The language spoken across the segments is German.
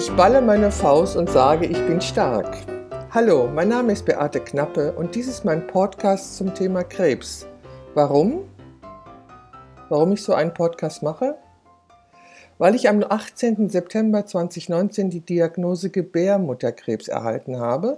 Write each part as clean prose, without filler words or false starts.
Ich balle meine Faust und sage, ich bin stark. Hallo, mein Name ist Beate Knappe und dies ist mein Podcast zum Thema Krebs. Warum? Warum ich so einen Podcast mache? Weil ich am 18. September 2019 die Diagnose Gebärmutterkrebs erhalten habe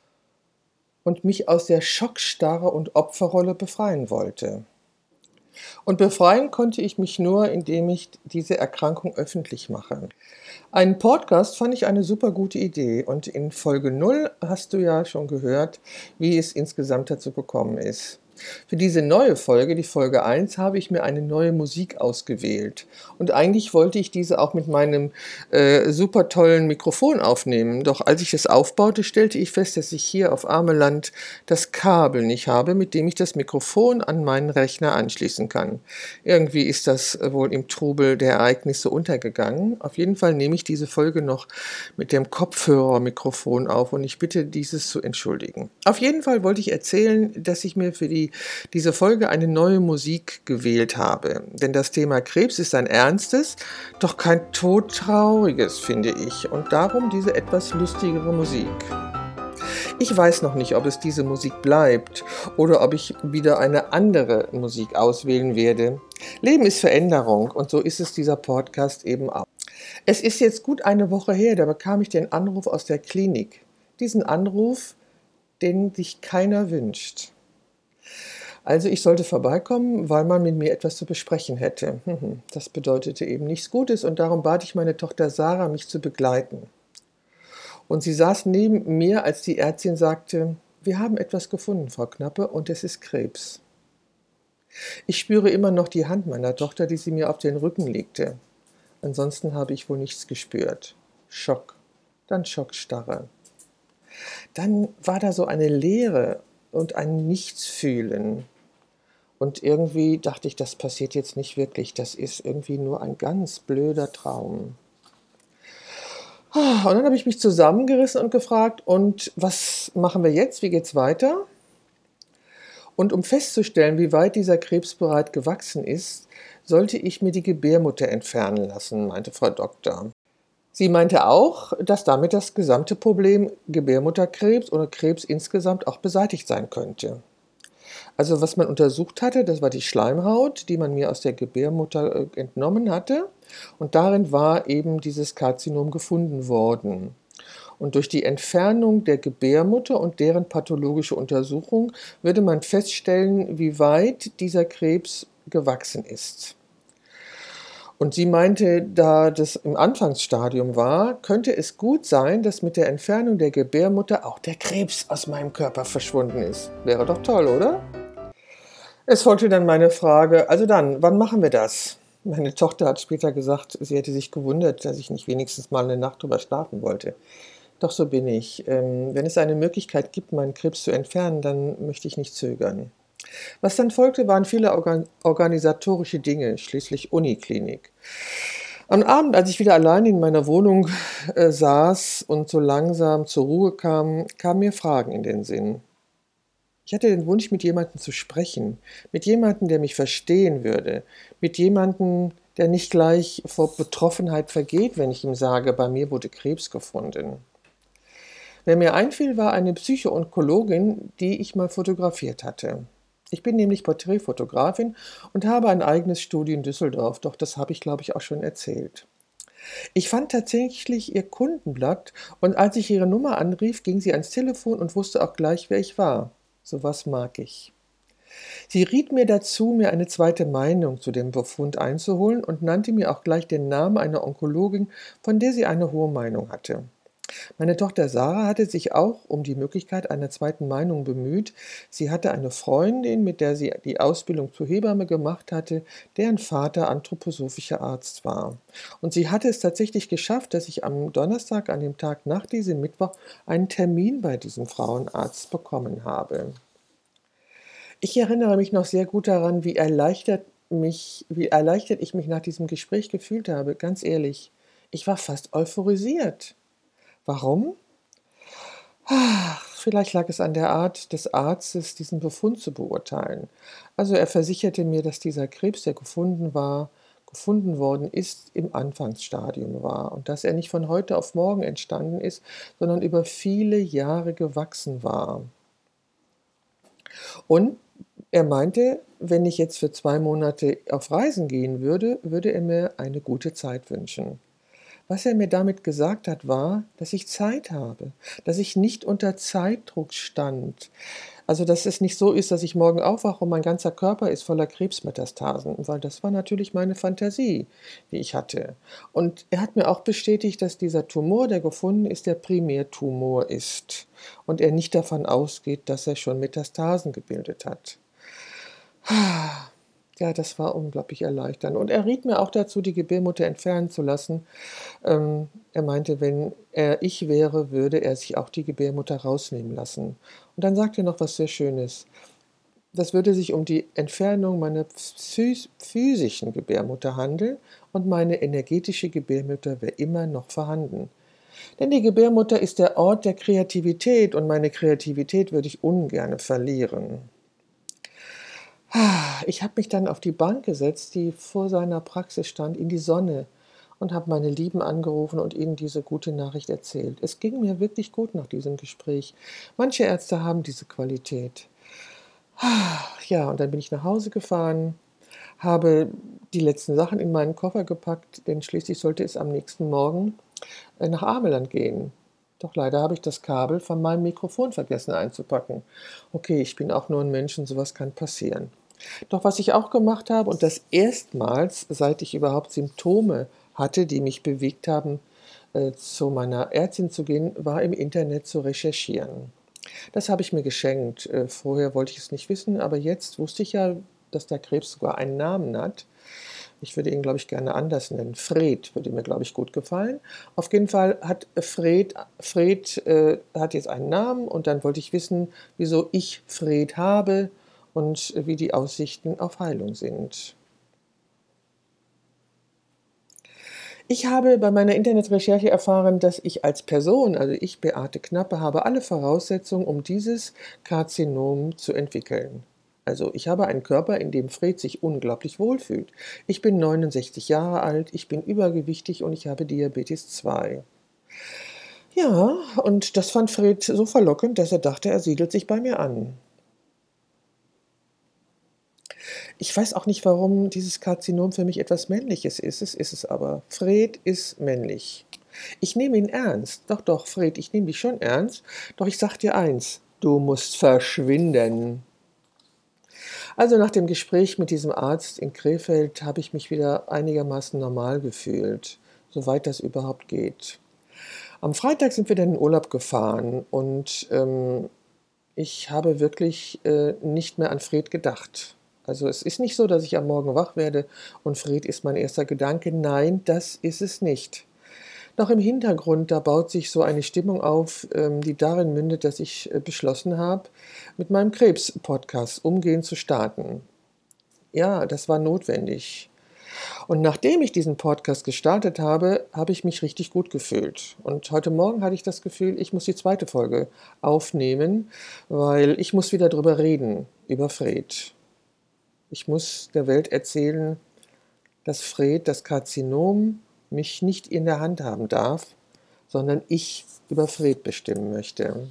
und mich aus der Schockstarre und Opferrolle befreien wollte. Und befreien konnte ich mich nur, indem ich diese Erkrankung öffentlich mache. Einen Podcast fand ich eine super gute Idee und in Folge 0 hast du ja schon gehört, wie es insgesamt dazu gekommen ist. Für diese neue Folge, die Folge 1, habe ich mir eine neue Musik ausgewählt. Und eigentlich wollte ich diese auch mit meinem super tollen Mikrofon aufnehmen. Doch als ich es aufbaute, stellte ich fest, dass ich hier auf Ameland das Kabel nicht habe, mit dem ich das Mikrofon an meinen Rechner anschließen kann. Irgendwie ist das wohl im Trubel der Ereignisse untergegangen. Auf jeden Fall nehme ich diese Folge noch mit dem Kopfhörermikrofon auf und ich bitte, dieses zu entschuldigen. Auf jeden Fall wollte ich erzählen, dass ich mir für diese Folge eine neue Musik gewählt habe. Denn das Thema Krebs ist ein ernstes, doch kein todtrauriges, finde ich. Und darum diese etwas lustigere Musik. Ich weiß noch nicht, ob es diese Musik bleibt oder ob ich wieder eine andere Musik auswählen werde. Leben ist Veränderung und so ist es dieser Podcast eben auch. Es ist jetzt gut eine Woche her, da bekam ich den Anruf aus der Klinik. Diesen Anruf, den sich keiner wünscht. Also ich sollte vorbeikommen, weil man mit mir etwas zu besprechen hätte. Das bedeutete eben nichts Gutes und darum bat ich meine Tochter Sarah, mich zu begleiten. Und sie saß neben mir, als die Ärztin sagte, wir haben etwas gefunden, Frau Knappe, und es ist Krebs. Ich spüre immer noch die Hand meiner Tochter, die sie mir auf den Rücken legte. Ansonsten habe ich wohl nichts gespürt. Schock, dann Schockstarre. Dann war da so eine Leere und ein Nichtsfühlen. Und irgendwie dachte ich, das passiert jetzt nicht wirklich. Das ist irgendwie nur ein ganz blöder Traum. Und dann habe ich mich zusammengerissen und gefragt, und was machen wir jetzt? Wie geht's weiter? Und um festzustellen, wie weit dieser Krebs bereits gewachsen ist, sollte ich mir die Gebärmutter entfernen lassen, meinte Frau Doktor. Sie meinte auch, dass damit das gesamte Problem Gebärmutterkrebs oder Krebs insgesamt auch beseitigt sein könnte. Also was man untersucht hatte, das war die Schleimhaut, die man mir aus der Gebärmutter entnommen hatte. Und darin war eben dieses Karzinom gefunden worden. Und durch die Entfernung der Gebärmutter und deren pathologische Untersuchung würde man feststellen, wie weit dieser Krebs gewachsen ist. Und sie meinte, da das im Anfangsstadium war, könnte es gut sein, dass mit der Entfernung der Gebärmutter auch der Krebs aus meinem Körper verschwunden ist. Wäre doch toll, oder? Es folgte dann meine Frage, also dann, wann machen wir das? Meine Tochter hat später gesagt, sie hätte sich gewundert, dass ich nicht wenigstens mal eine Nacht drüber schlafen wollte. Doch so bin ich. Wenn es eine Möglichkeit gibt, meinen Krebs zu entfernen, dann möchte ich nicht zögern. Was dann folgte, waren viele organisatorische Dinge, schließlich Uniklinik. Am Abend, als ich wieder allein in meiner Wohnung saß und so langsam zur Ruhe kam, kamen mir Fragen in den Sinn. Ich hatte den Wunsch, mit jemandem zu sprechen, mit jemandem, der mich verstehen würde, mit jemandem, der nicht gleich vor Betroffenheit vergeht, wenn ich ihm sage, bei mir wurde Krebs gefunden. Wer mir einfiel, war eine Psychoonkologin, die ich mal fotografiert hatte. Ich bin nämlich Porträtfotografin und habe ein eigenes Studio in Düsseldorf, doch das habe ich, glaube ich, auch schon erzählt. Ich fand tatsächlich ihr Kundenblatt und als ich ihre Nummer anrief, ging sie ans Telefon und wusste auch gleich, wer ich war. Sowas mag ich. Sie riet mir dazu, mir eine zweite Meinung zu dem Befund einzuholen und nannte mir auch gleich den Namen einer Onkologin, von der sie eine hohe Meinung hatte. Meine Tochter Sarah hatte sich auch um die Möglichkeit einer zweiten Meinung bemüht. Sie hatte eine Freundin, mit der sie die Ausbildung zur Hebamme gemacht hatte, deren Vater anthroposophischer Arzt war. Und sie hatte es tatsächlich geschafft, dass ich am Donnerstag, an dem Tag nach diesem Mittwoch, einen Termin bei diesem Frauenarzt bekommen habe. Ich erinnere mich noch sehr gut daran, wie erleichtert ich mich nach diesem Gespräch gefühlt habe, ganz ehrlich. Ich war fast euphorisiert. Warum? Vielleicht lag es an der Art des Arztes, diesen Befund zu beurteilen. Also er versicherte mir, dass dieser Krebs, der gefunden war, gefunden worden ist, im Anfangsstadium war und dass er nicht von heute auf morgen entstanden ist, sondern über viele Jahre gewachsen war. Und er meinte, wenn ich jetzt für 2 Monate auf Reisen gehen würde, würde er mir eine gute Zeit wünschen. Was er mir damit gesagt hat, war, dass ich Zeit habe, dass ich nicht unter Zeitdruck stand. Also, dass es nicht so ist, dass ich morgen aufwache und mein ganzer Körper ist voller Krebsmetastasen, weil das war natürlich meine Fantasie, die ich hatte. Und er hat mir auch bestätigt, dass dieser Tumor, der gefunden ist, der Primärtumor ist und er nicht davon ausgeht, dass er schon Metastasen gebildet hat. Ja, das war unglaublich erleichternd. Und er riet mir auch dazu, die Gebärmutter entfernen zu lassen. Er meinte, wenn er ich wäre, würde er sich auch die Gebärmutter rausnehmen lassen. Und dann sagt er noch was sehr Schönes. Das würde sich um die Entfernung meiner physischen Gebärmutter handeln und meine energetische Gebärmutter wäre immer noch vorhanden. Denn die Gebärmutter ist der Ort der Kreativität und meine Kreativität würde ich ungern verlieren. Ich habe mich dann auf die Bank gesetzt, die vor seiner Praxis stand, in die Sonne und habe meine Lieben angerufen und ihnen diese gute Nachricht erzählt. Es ging mir wirklich gut nach diesem Gespräch. Manche Ärzte haben diese Qualität. Ja, und dann bin ich nach Hause gefahren, habe die letzten Sachen in meinen Koffer gepackt, denn schließlich sollte es am nächsten Morgen nach Ameland gehen. Doch leider habe ich das Kabel von meinem Mikrofon vergessen einzupacken. Okay, ich bin auch nur ein Mensch und sowas kann passieren. Doch was ich auch gemacht habe und das erstmals, seit ich überhaupt Symptome hatte, die mich bewegt haben, zu meiner Ärztin zu gehen, war im Internet zu recherchieren. Das habe ich mir geschenkt. Vorher wollte ich es nicht wissen, aber jetzt wusste ich ja, dass der Krebs sogar einen Namen hat. Ich würde ihn, glaube ich, gerne anders nennen. Fred würde mir, glaube ich, gut gefallen. Auf jeden Fall hat Fred hat jetzt einen Namen und dann wollte ich wissen, wieso ich Fred habe und wie die Aussichten auf Heilung sind. Ich habe bei meiner Internetrecherche erfahren, dass ich als Person, also ich, Beate Knappe, habe alle Voraussetzungen, um dieses Karzinom zu entwickeln. Also ich habe einen Körper, in dem Fred sich unglaublich wohlfühlt. Ich bin 69 Jahre alt, ich bin übergewichtig und ich habe Diabetes 2. Ja, und das fand Fred so verlockend, dass er dachte, er siedelt sich bei mir an. Ich weiß auch nicht, warum dieses Karzinom für mich etwas Männliches ist. Es ist es aber. Fred ist männlich. Ich nehme ihn ernst. Doch, doch, Fred, ich nehme dich schon ernst. Doch ich sag dir eins, du musst verschwinden. Also nach dem Gespräch mit diesem Arzt in Krefeld habe ich mich wieder einigermaßen normal gefühlt, soweit das überhaupt geht. Am Freitag sind wir dann in den Urlaub gefahren und ich habe wirklich nicht mehr an Fred gedacht. Also es ist nicht so, dass ich am Morgen wach werde und Fred ist mein erster Gedanke. Nein, das ist es nicht. Doch im Hintergrund, da baut sich so eine Stimmung auf, die darin mündet, dass ich beschlossen habe, mit meinem Krebs-Podcast umgehend zu starten. Ja, das war notwendig. Und nachdem ich diesen Podcast gestartet habe, habe ich mich richtig gut gefühlt. Und heute Morgen hatte ich das Gefühl, ich muss die zweite Folge aufnehmen, weil ich muss wieder drüber reden, über Fred. Ich muss der Welt erzählen, dass Fred, das Karzinom, mich nicht in der Hand haben darf, sondern ich über Fred bestimmen möchte.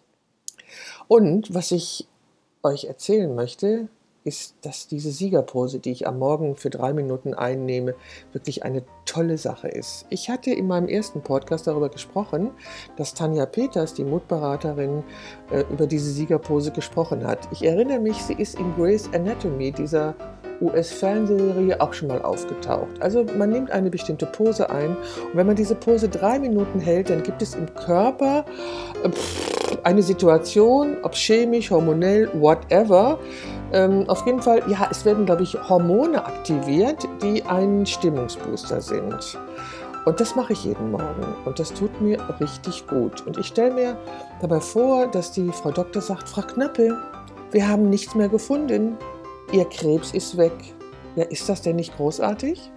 Und was ich euch erzählen möchte, ist, dass diese Siegerpose, die ich am Morgen für 3 Minuten einnehme, wirklich eine tolle Sache ist. Ich hatte in meinem ersten Podcast darüber gesprochen, dass Tanja Peters, die Mutberaterin, über diese Siegerpose gesprochen hat. Ich erinnere mich, sie ist in Grey's Anatomy, dieser US-Fernsehserie, auch schon mal aufgetaucht. Also man nimmt eine bestimmte Pose ein und wenn man diese Pose 3 Minuten hält, dann gibt es im Körper eine Situation, ob chemisch, hormonell, whatever. Auf jeden Fall, ja, es werden, glaube ich, Hormone aktiviert, die ein Stimmungsbooster sind. Und das mache ich jeden Morgen und das tut mir richtig gut. Und ich stelle mir dabei vor, dass die Frau Doktor sagt, Frau Knappe, wir haben nichts mehr gefunden. Ihr Krebs ist weg. Ja, ist das denn nicht großartig?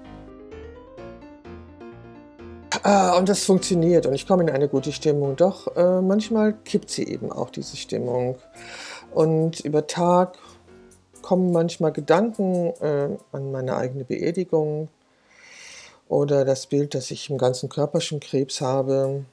Und das funktioniert und ich komme in eine gute Stimmung. Doch manchmal kippt sie eben auch, diese Stimmung. Und über Tag kommen manchmal Gedanken an meine eigene Beerdigung. oder das Bild, dass ich im ganzen Körper schon Krebs habe.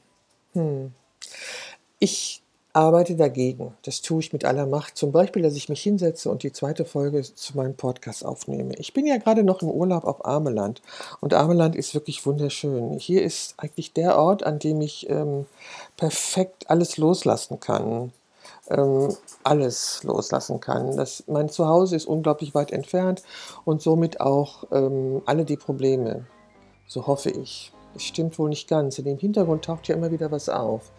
Ich arbeite dagegen. Das tue ich mit aller Macht. Zum Beispiel, dass ich mich hinsetze und die zweite Folge zu meinem Podcast aufnehme. Ich bin ja gerade noch im Urlaub auf Ameland und Ameland ist wirklich wunderschön. Hier ist eigentlich der Ort, an dem ich perfekt alles loslassen kann. Alles loslassen kann. Mein Zuhause ist unglaublich weit entfernt und somit auch alle die Probleme. So hoffe ich. Das stimmt wohl nicht ganz. In dem Hintergrund taucht ja immer wieder was auf.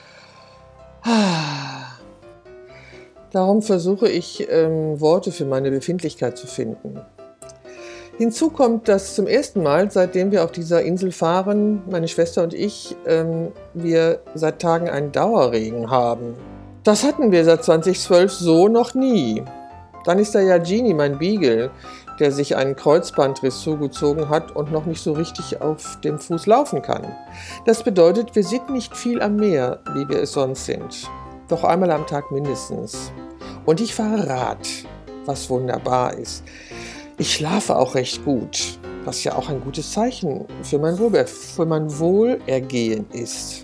Darum versuche ich, Worte für meine Befindlichkeit zu finden. Hinzu kommt, dass zum ersten Mal, seitdem wir auf dieser Insel fahren, meine Schwester und ich, wir seit Tagen einen Dauerregen haben. Das hatten wir seit 2012 so noch nie. Dann ist da ja Genie, mein Beagle, der sich einen Kreuzbandriss zugezogen hat und noch nicht so richtig auf dem Fuß laufen kann. Das bedeutet, wir sind nicht viel am Meer, wie wir es sonst sind. Doch einmal am Tag mindestens. Und ich fahre Rad, was wunderbar ist. Ich schlafe auch recht gut, was ja auch ein gutes Zeichen für mein Wohlergehen ist.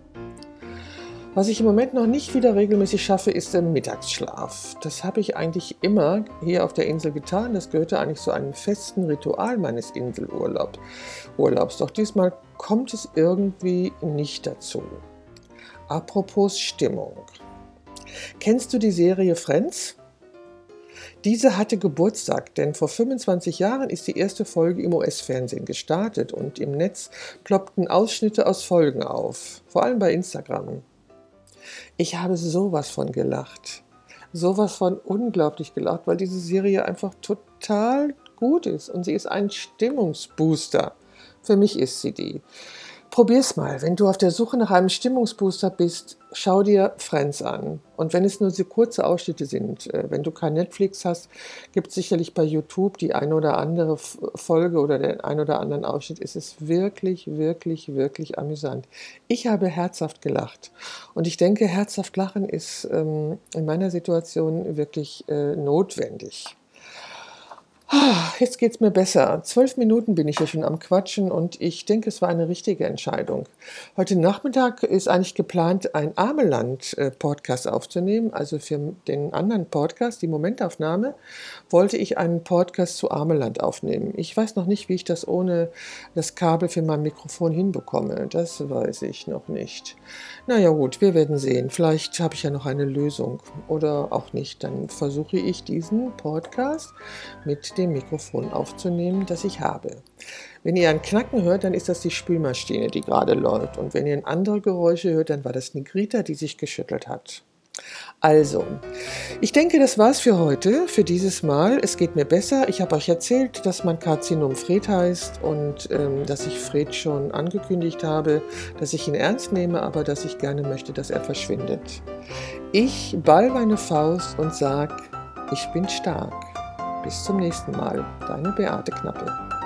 Was ich im Moment noch nicht wieder regelmäßig schaffe, ist der Mittagsschlaf. Das habe ich eigentlich immer hier auf der Insel getan. Das gehörte eigentlich zu einem festen Ritual meines Inselurlaubs. Doch diesmal kommt es irgendwie nicht dazu. Apropos Stimmung. Kennst du die Serie Friends? Diese hatte Geburtstag, denn vor 25 Jahren ist die erste Folge im US-Fernsehen gestartet und im Netz ploppten Ausschnitte aus Folgen auf, vor allem bei Instagram. Ich habe sowas von gelacht, sowas von unglaublich gelacht, weil diese Serie einfach total gut ist und sie ist ein Stimmungsbooster. Für mich ist sie die. Probier's mal, wenn du auf der Suche nach einem Stimmungsbooster bist, schau dir Friends an. Und wenn es nur so kurze Ausschnitte sind, wenn du kein Netflix hast, gibt es sicherlich bei YouTube die eine oder andere Folge oder den ein oder anderen Ausschnitt. Es ist wirklich, wirklich, wirklich amüsant. Ich habe herzhaft gelacht. Und ich denke, herzhaft lachen ist in meiner Situation wirklich notwendig. Jetzt geht's mir besser. 12 Minuten bin ich hier schon am Quatschen und ich denke, es war eine richtige Entscheidung. Heute Nachmittag ist eigentlich geplant, ein Ameland-Podcast aufzunehmen. Also für den anderen Podcast, die Momentaufnahme, wollte ich einen Podcast zu Ameland aufnehmen. Ich weiß noch nicht, wie ich das ohne das Kabel für mein Mikrofon hinbekomme. Das weiß ich noch nicht. Naja gut, wir werden sehen. Vielleicht habe ich ja noch eine Lösung oder auch nicht. Dann versuche ich diesen Podcast mit dem Mikrofon aufzunehmen, das ich habe. Wenn ihr ein Knacken hört, dann ist das die Spülmaschine, die gerade läuft. Und wenn ihr andere Geräusche hört, dann war das Nigrita, die sich geschüttelt hat. Also, ich denke, das war's für heute, für dieses Mal. Es geht mir besser. Ich habe euch erzählt, dass mein Karzinom Fred heißt und dass ich Fred schon angekündigt habe, dass ich ihn ernst nehme, aber dass ich gerne möchte, dass er verschwindet. Ich ball meine Faust und sag, ich bin stark. Bis zum nächsten Mal, deine Beate Knappe.